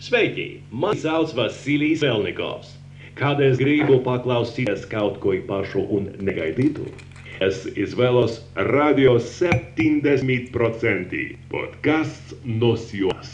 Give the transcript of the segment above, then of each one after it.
Sveiki! Mani sauc Vasilijs Velnikovs. Kad es gribu paklausīties kaut ko pašu un negaidītu, es izvēlos Radio 70% podcasts Nosios.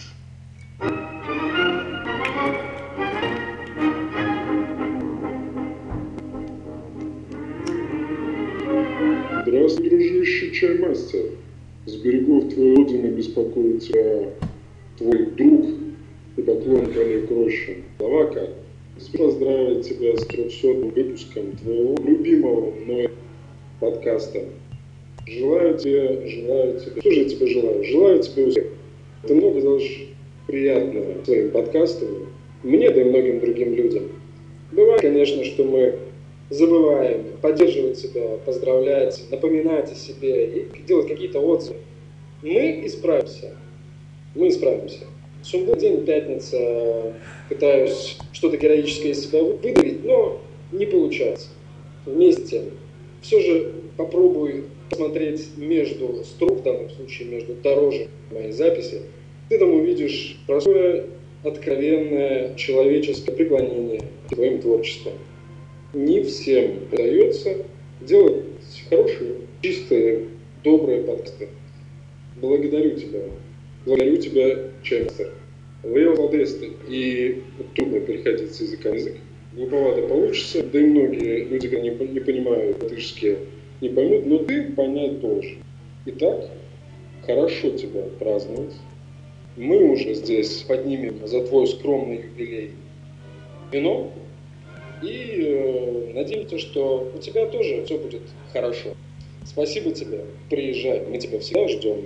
Здравствуй, дружище чаймастер. С берегов твоей родины беспокоит тебя твой друг и поклонник Олег Рощин. Лавака, поздравляю тебя с 300-м выпуском твоего любимого мной подкаста. Желаю тебе, что же я тебе желаю? Желаю тебе успеха. Ты много делаешь приятного своим подкастом, мне, да и многим другим людям. Бывает, конечно, что мы забываем поддерживать себя, поздравлять, напоминать о себе и делать какие-то отзывы. Мы исправимся. Суббота, день, пятница, пытаюсь что-то героическое из себя выдавить, но не получается. Вместе все же попробуй посмотреть между строк, в данном случае между дорожек моей записи. Ты там увидишь простое, откровенное, человеческое преклонение к твоим творчеством. Не всем удается делать хорошие, чистые, добрые подкасты. Благодарю тебя, чаймастер. Лоял Алдесты, и трудно переходить с языка на язык. Глуповато получится, да и многие люди, которые не понимают латышские, не поймут, но ты понять должен. Итак, хорошо тебя праздновать. Мы уже здесь поднимем за твой скромный юбилей вино. И надеемся, что у тебя тоже все будет хорошо. Спасибо тебе. Приезжай. Мы тебя всегда ждем.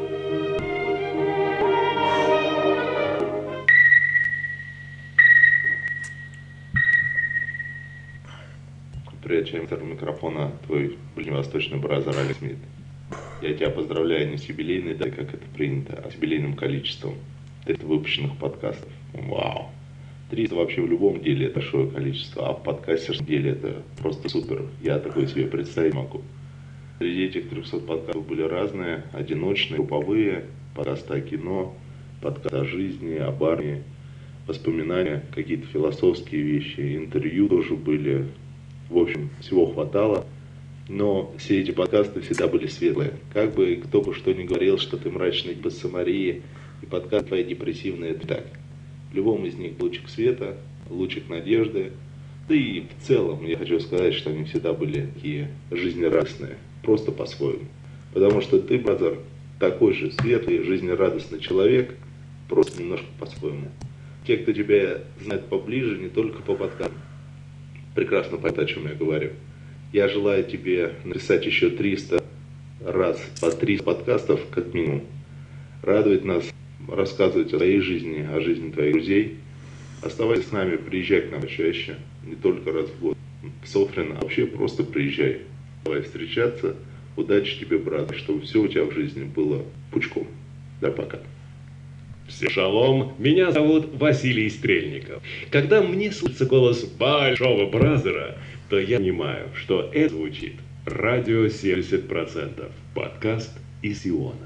Привет, чаймастер, микрофона твой ближневосточный бразер Алекс Смит. Я тебя поздравляю не с юбилейной датой, как это принято, а с юбилейным количеством 300 выпущенных подкастов. Вау! 300 вообще в любом деле это большое количество, а в подкастерском деле это просто супер. Я такое себе представить могу. Среди этих 300 подкастов были разные, одиночные, групповые, подкасты о кино, подкасты о жизни, об армии, воспоминания, какие-то философские вещи, интервью тоже были. В общем, всего хватало. Но все эти подкасты всегда были светлые. Как бы кто бы что ни говорил, что ты мрачный по Самарии, и подкаст твои депрессивные, это так. В любом из них лучик света, лучик надежды. Да и в целом я хочу сказать, что они всегда были такие жизнерадостные. Просто по-своему. Потому что ты, бразер, такой же светлый, жизнерадостный человек, просто немножко по-своему. Те, кто тебя знает поближе, не только по подкастам, прекрасно понимают, о чем я говорю. Я желаю тебе написать еще 300 раз по 300 подкастов, как минимум. Радовать нас, рассказывать о своей жизни, о жизни твоих друзей. Оставайся с нами, приезжай к нам чаще, не только раз в год в Софрино, а вообще просто приезжай. Давай встречаться. Удачи тебе, брат, чтобы все у тебя в жизни было пучком. Да, пока. Всем шалом, меня зовут Василий Стрельников. Когда мне слышится голос большого бразера, то я понимаю, что это звучит радио 70%, подкаст из Сиона.